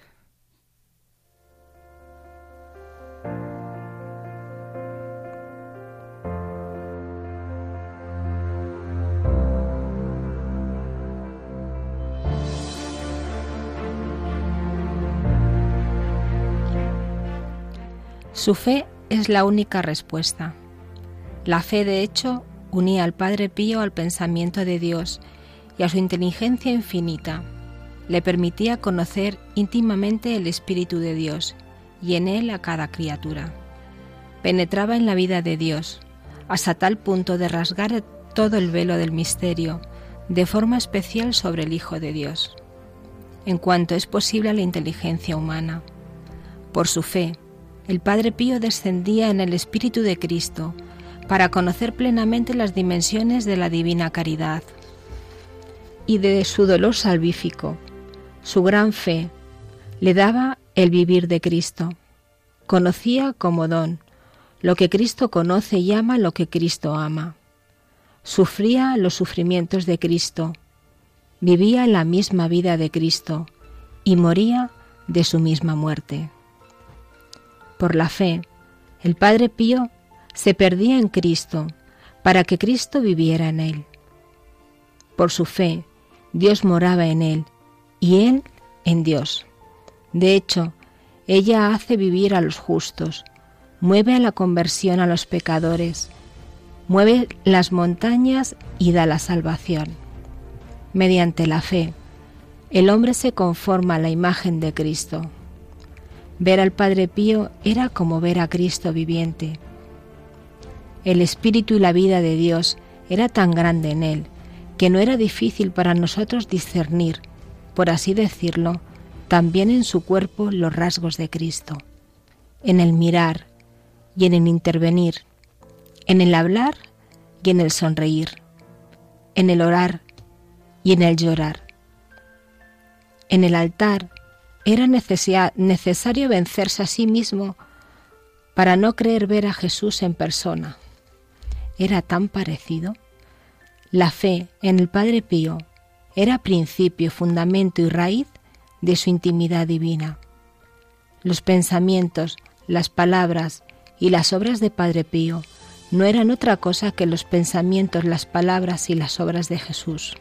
Su fe es la única respuesta. La fe, de hecho, unía al Padre Pío al pensamiento de Dios y a su inteligencia infinita. Le permitía conocer íntimamente el Espíritu de Dios y en él a cada criatura. Penetraba en la vida de Dios, hasta tal punto de rasgar todo el velo del misterio, de forma especial sobre el Hijo de Dios, en cuanto es posible a la inteligencia humana. Por su fe, el Padre Pío descendía en el Espíritu de Cristo para conocer plenamente las dimensiones de la divina caridad y de su dolor salvífico. Su gran fe le daba el vivir de Cristo. Conocía como don lo que Cristo conoce y ama lo que Cristo ama. Sufría los sufrimientos de Cristo, vivía la misma vida de Cristo y moría de su misma muerte. Por la fe, el Padre Pío se perdía en Cristo para que Cristo viviera en él. Por su fe, Dios moraba en él y él en Dios. De hecho, Ella hace vivir a los justos, mueve a la conversión a los pecadores, mueve las montañas y da la salvación. Mediante la fe, el hombre se conforma a la imagen de Cristo. Ver al Padre Pío era como ver a Cristo viviente. El espíritu y la vida de Dios era tan grande en él que no era difícil para nosotros discernir, por así decirlo, también en su cuerpo los rasgos de Cristo, en el mirar y en el intervenir, en el hablar y en el sonreír, en el orar y en el llorar. En el altar era necesario vencerse a sí mismo para no creer ver a Jesús en persona. Era tan parecido. La fe en el Padre Pío era principio, fundamento y raíz de su intimidad divina. Los pensamientos, las palabras y las obras de Padre Pío no eran otra cosa que los pensamientos, las palabras y las obras de Jesús.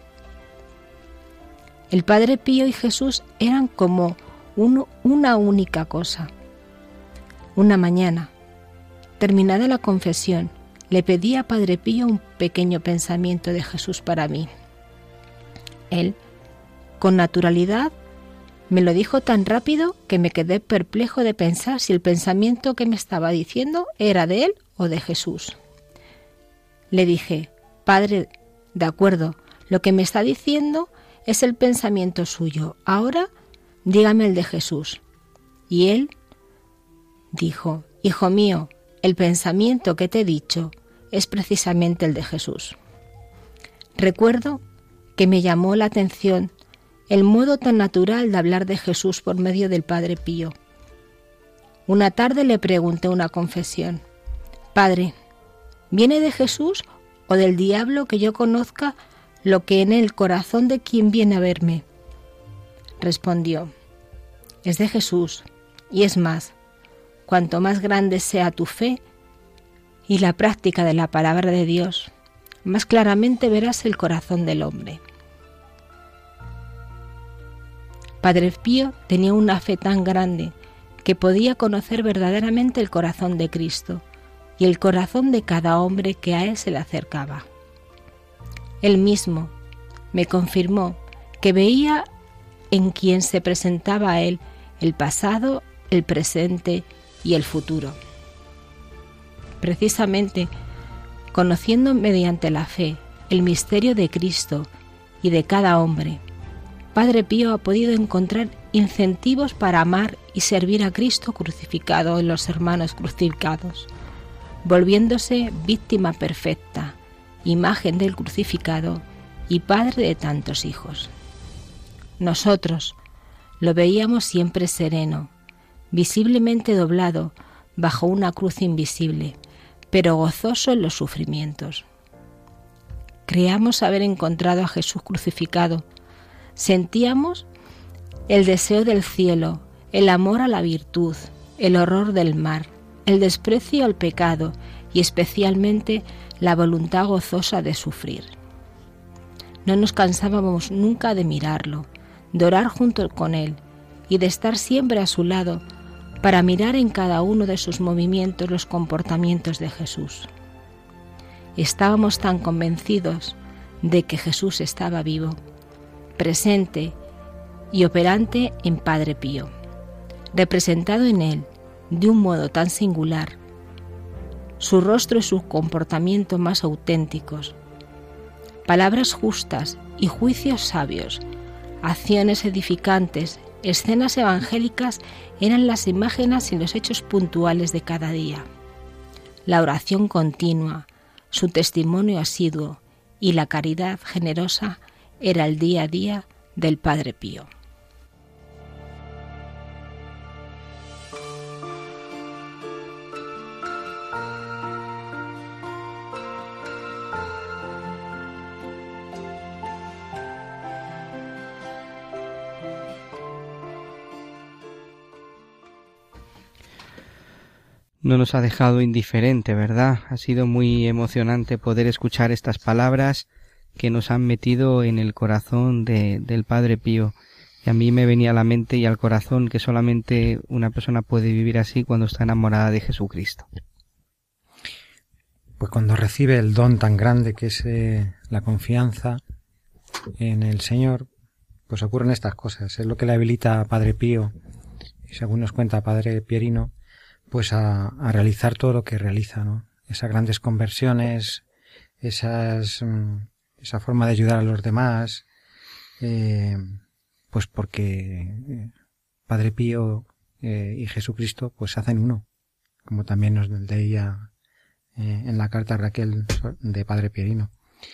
El Padre Pío y Jesús eran como una única cosa. Una mañana, terminada la confesión, le pedí a Padre Pío un pequeño pensamiento de Jesús para mí. Él, con naturalidad, me lo dijo tan rápido que me quedé perplejo de pensar si el pensamiento que me estaba diciendo era de él o de Jesús. Le dije: Padre, de acuerdo, lo que me está diciendo es el pensamiento suyo. Ahora dígame el de Jesús. Y él dijo: Hijo mío, el pensamiento que te he dicho es precisamente el de Jesús. Recuerdo que me llamó la atención el modo tan natural de hablar de Jesús por medio del Padre Pío. Una tarde le pregunté una confesión: Padre, ¿viene de Jesús o del diablo que yo conozca lo que en el corazón de quien viene a verme? Respondió: es de Jesús, y es más, cuanto más grande sea tu fe y la práctica de la palabra de Dios, más claramente verás el corazón del hombre. Padre Pío tenía una fe tan grande que podía conocer verdaderamente el corazón de Cristo y el corazón de cada hombre que a él se le acercaba. Él mismo me confirmó que veía en quien se presentaba a él el pasado, el presente y el futuro. Precisamente, conociendo mediante la fe el misterio de Cristo y de cada hombre, Padre Pío ha podido encontrar incentivos para amar y servir a Cristo crucificado en los hermanos crucificados, volviéndose víctima perfecta, imagen del crucificado y padre de tantos hijos. Nosotros lo veíamos siempre sereno, visiblemente doblado bajo una cruz invisible, pero gozoso en los sufrimientos. Creíamos haber encontrado a Jesús crucificado. Sentíamos el deseo del cielo, el amor a la virtud, el horror del mar, el desprecio al pecado y especialmente la voluntad gozosa de sufrir. No nos cansábamos nunca de mirarlo, de orar junto con él y de estar siempre a su lado para mirar en cada uno de sus movimientos los comportamientos de Jesús. Estábamos tan convencidos de que Jesús estaba vivo, presente y operante en Padre Pío, representado en él de un modo tan singular, su rostro y su comportamiento más auténticos, palabras justas y juicios sabios, acciones edificantes, escenas evangélicas eran las imágenes y los hechos puntuales de cada día. La oración continua, su testimonio asiduo y la caridad generosa era el día a día del Padre Pío. No nos ha dejado indiferente, ¿verdad? Ha sido muy emocionante poder escuchar estas palabras que nos han metido en el corazón del Padre Pío, Y a mí me venía a la mente y al corazón que solamente una persona puede vivir así cuando está enamorada de Jesucristo. Pues cuando recibe el don tan grande que es la confianza en el Señor, pues ocurren estas cosas. Es lo que le habilita a Padre Pío, y según nos cuenta Padre Pierino, pues a realizar todo lo que realiza, ¿no? Esas grandes conversiones, esa forma de ayudar a los demás, pues porque Padre Pío y Jesucristo pues hacen uno, como también nos leía en la carta a Raquel de Padre Pierino.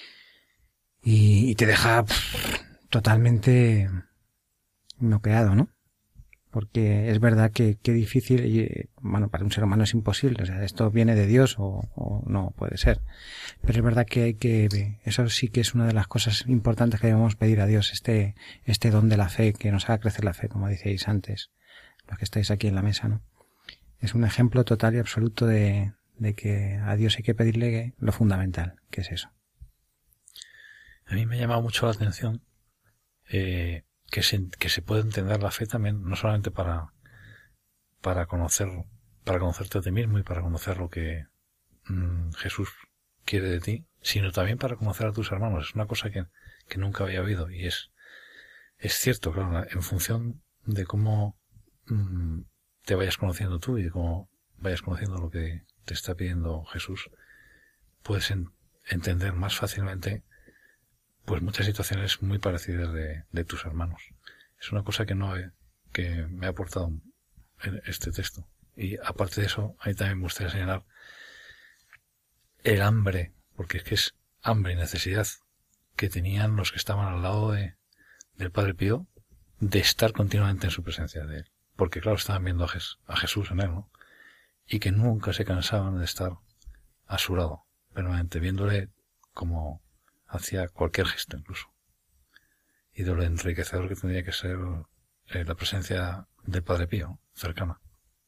Y te deja totalmente noqueado, ¿no? Porque es verdad que qué difícil, y, bueno, para un ser humano es imposible, o sea, esto viene de Dios o no puede ser. Pero es verdad que eso sí que es una de las cosas importantes que debemos pedir a Dios, este don de la fe, que nos haga crecer la fe, como decíais antes, los que estáis aquí en la mesa, ¿no? Es un ejemplo total y absoluto de que a Dios hay que pedirle lo fundamental, que es eso. A mí me llama mucho la atención que se puede entender la fe también, no solamente para conocerte a ti mismo y para conocer lo que Jesús quiere de ti, sino también para conocer a tus hermanos. Es una cosa que nunca había oído, y es cierto, claro, en función de cómo te vayas conociendo tú y de cómo vayas conociendo lo que te está pidiendo Jesús, puedes entender más fácilmente pues muchas situaciones muy parecidas de tus hermanos. Es una cosa que me ha aportado este texto. Y aparte de eso, ahí también me gustaría señalar el hambre, porque es que es hambre y necesidad que tenían los que estaban al lado del Padre Pío de estar continuamente en su presencia de él. Porque claro, estaban viendo a Jesús en él, ¿no? Y que nunca se cansaban de estar a su lado, permanente, viéndole como hacía cualquier gesto incluso. Y de lo enriquecedor que tendría que ser la presencia del Padre Pío, cercana.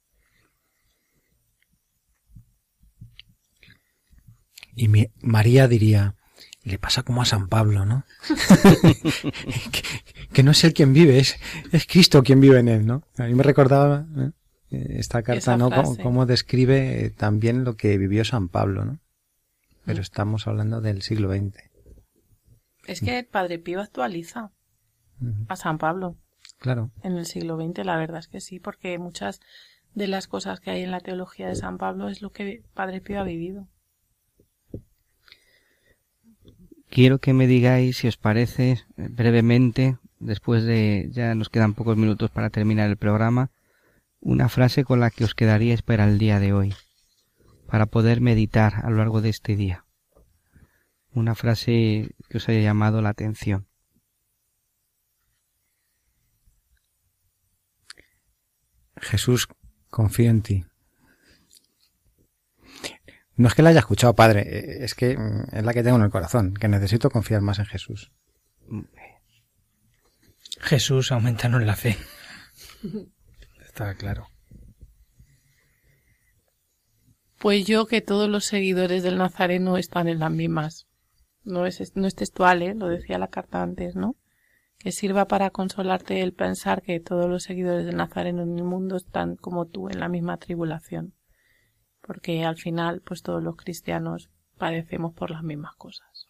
Y María diría, le pasa como a San Pablo, ¿no? que no es él quien vive, es Cristo quien vive en él, ¿no? A mí me recordaba esta carta, ¿no? Cómo describe también lo que vivió San Pablo, ¿no? Pero estamos hablando del siglo XX. Es que el Padre Pío actualiza a San Pablo. Claro. En el siglo XX, la verdad es que sí, porque muchas de las cosas que hay en la teología de San Pablo es lo que Padre Pío ha vivido. Quiero que me digáis, si os parece, brevemente, después ya nos quedan pocos minutos para terminar el programa, una frase con la que os quedaríais para el día de hoy, para poder meditar a lo largo de este día. Una frase que os haya llamado la atención. Jesús, confío en ti. No es que la haya escuchado, Padre, es que es la que tengo en el corazón, que necesito confiar más en Jesús. Jesús, aumentanos la fe. Está claro. Pues yo, que todos los seguidores del Nazareno están en las mismas. No es textual, lo decía la carta antes, ¿no? Que sirva para consolarte el pensar que todos los seguidores del Nazareno en el mundo están como tú en la misma tribulación. Porque al final, pues todos los cristianos padecemos por las mismas cosas.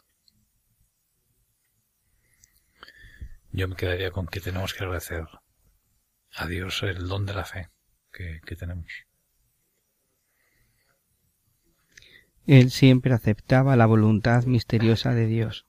Yo me quedaría con que tenemos que agradecer a Dios el don de la fe que tenemos. Él siempre aceptaba la voluntad misteriosa de Dios.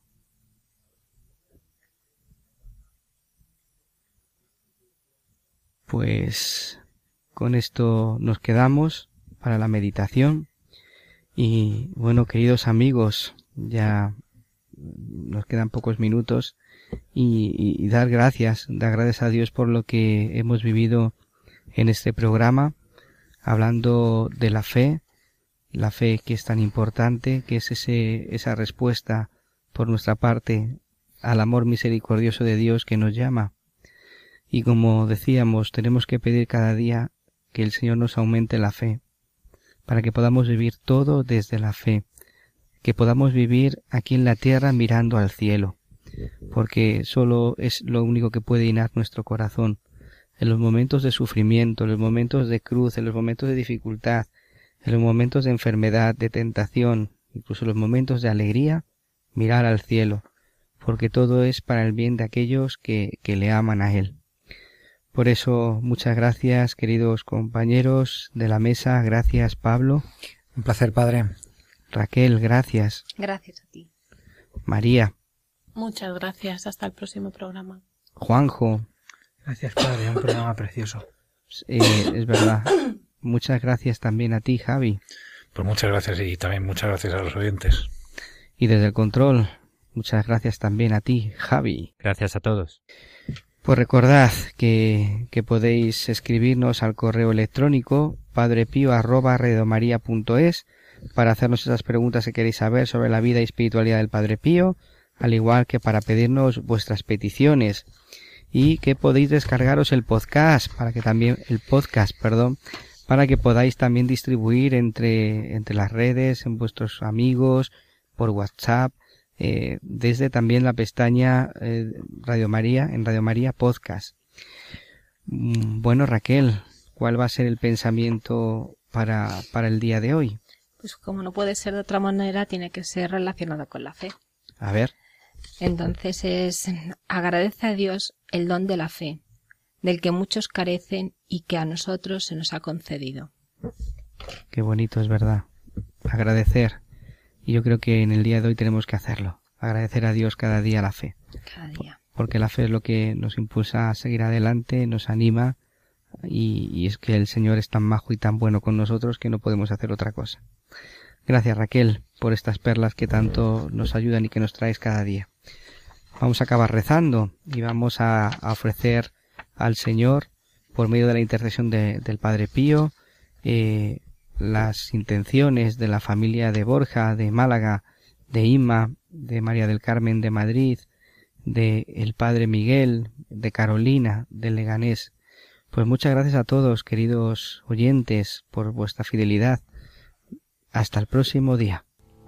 Pues con esto nos quedamos para la meditación. Y bueno, queridos amigos, ya nos quedan pocos minutos y dar gracias a Dios por lo que hemos vivido en este programa, hablando de la fe que es tan importante, que es esa respuesta por nuestra parte al amor misericordioso de Dios que nos llama. Y como decíamos, tenemos que pedir cada día que el Señor nos aumente la fe, para que podamos vivir todo desde la fe, que podamos vivir aquí en la tierra mirando al cielo, porque solo es lo único que puede llenar nuestro corazón. En los momentos de sufrimiento, en los momentos de cruz, en los momentos de dificultad, en los momentos de enfermedad, de tentación, incluso en los momentos de alegría, mirar al cielo, porque todo es para el bien de aquellos que le aman a Él. Por eso, muchas gracias, queridos compañeros de la mesa. Gracias, Pablo. Un placer, Padre. Raquel, gracias. Gracias a ti. María. Muchas gracias. Hasta el próximo programa. Juanjo. Gracias, Padre. Un programa precioso. Es verdad. Muchas gracias también a ti, Javi. Pues muchas gracias y también muchas gracias a los oyentes. Y desde el control, muchas gracias también a ti, Javi. Gracias a todos. Pues recordad que podéis escribirnos al correo electrónico padrepío@radiomaria.es para hacernos esas preguntas que queréis saber sobre la vida y espiritualidad del Padre Pío, al igual que para pedirnos vuestras peticiones, y que podéis descargaros el podcast para que podáis también distribuir entre las redes, en vuestros amigos, por WhatsApp, desde también la pestaña Radio María, en Radio María Podcast. Bueno, Raquel, ¿cuál va a ser el pensamiento para el día de hoy? Pues como no puede ser de otra manera, tiene que ser relacionado con la fe. A ver. Entonces agradece a Dios el don de la fe, del que muchos carecen y que a nosotros se nos ha concedido. Qué bonito, es verdad. Agradecer. Y yo creo que en el día de hoy tenemos que hacerlo. Agradecer a Dios cada día la fe. Cada día. Porque la fe es lo que nos impulsa a seguir adelante, nos anima, y es que el Señor es tan majo y tan bueno con nosotros que no podemos hacer otra cosa. Gracias, Raquel, por estas perlas que tanto nos ayudan y que nos traes cada día. Vamos a acabar rezando y vamos a ofrecer al Señor, por medio de la intercesión del Padre Pío, las intenciones de la familia de Borja, de Málaga, de Inma, de María del Carmen de Madrid, de el Padre Miguel, de Carolina, de Leganés. Pues muchas gracias a todos, queridos oyentes, por vuestra fidelidad. Hasta el próximo día.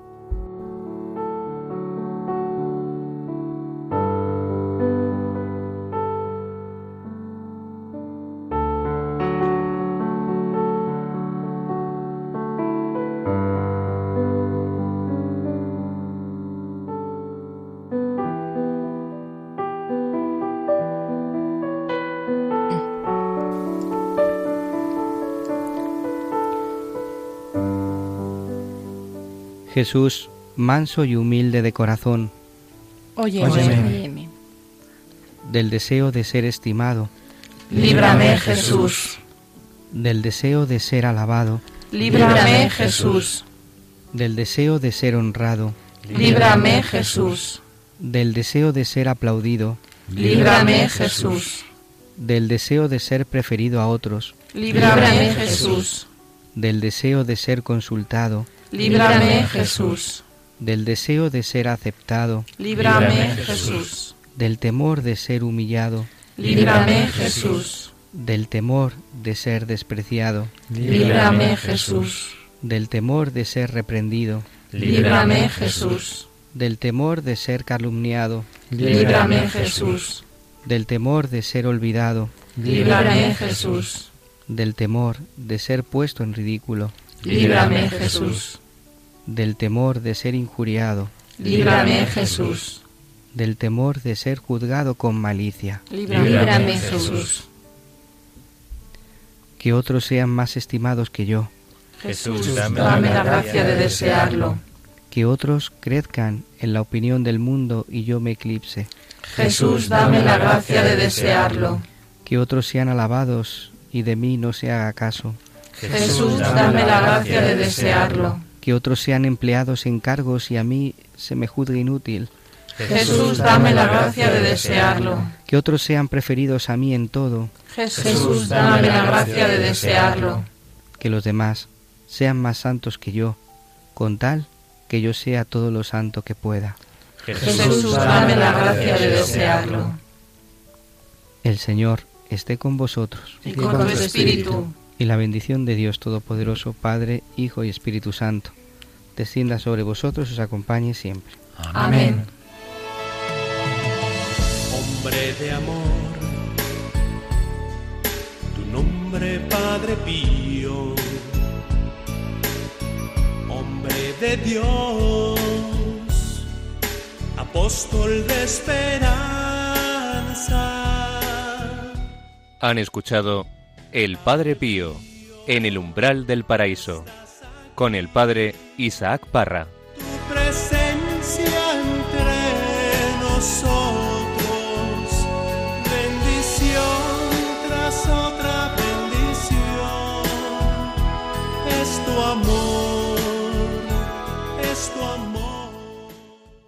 Jesús, manso y humilde de corazón, Óyeme. del deseo de ser estimado, Líbrame, Jesús. del deseo de ser alabado, Líbrame, Jesús. del deseo de ser honrado, Líbrame, Jesús. del deseo de ser aplaudido, Líbrame, Jesús. del deseo de ser preferido a otros, Líbrame, Jesús. del deseo de ser consultado, Líbrame, Jesús. del deseo de ser aceptado, Líbrame, Jesús. del temor de ser humillado, Líbrame, Jesús. del temor de ser despreciado, Líbrame, Jesús. del temor de ser reprendido, Líbrame, Jesús. del temor de ser calumniado, Líbrame, Jesús. del temor de ser olvidado, Líbrame, Jesús. del temor de ser puesto en ridículo, Líbrame, Jesús. del temor de ser injuriado, Líbrame, Jesús. del temor de ser juzgado con malicia. Líbrame, Jesús. Que otros sean más estimados que yo, Jesús, dame la gracia de desearlo. que otros crezcan en la opinión del mundo y yo me eclipse, Jesús, dame la gracia de desearlo. que otros sean alabados y de mí no se haga caso, Jesús, dame la gracia de desearlo. que otros sean empleados en cargos y a mí se me juzgue inútil, Jesús, dame la gracia de desearlo. que otros sean preferidos a mí en todo, Jesús, dame la gracia de desearlo. que los demás sean más santos que yo, con tal que yo sea todo lo santo que pueda. Jesús, dame la gracia de desearlo. El Señor esté con vosotros, Y con tu espíritu. y la bendición de Dios Todopoderoso, Padre, Hijo y Espíritu Santo, descienda sobre vosotros y os acompañe siempre. Amén. hombre de amor, tu nombre Padre Pío, hombre de Dios, apóstol de esperanza. Han escuchado El Padre Pío en el umbral del paraíso, con el Padre Isaac Parra. Tu presencia entre nosotros.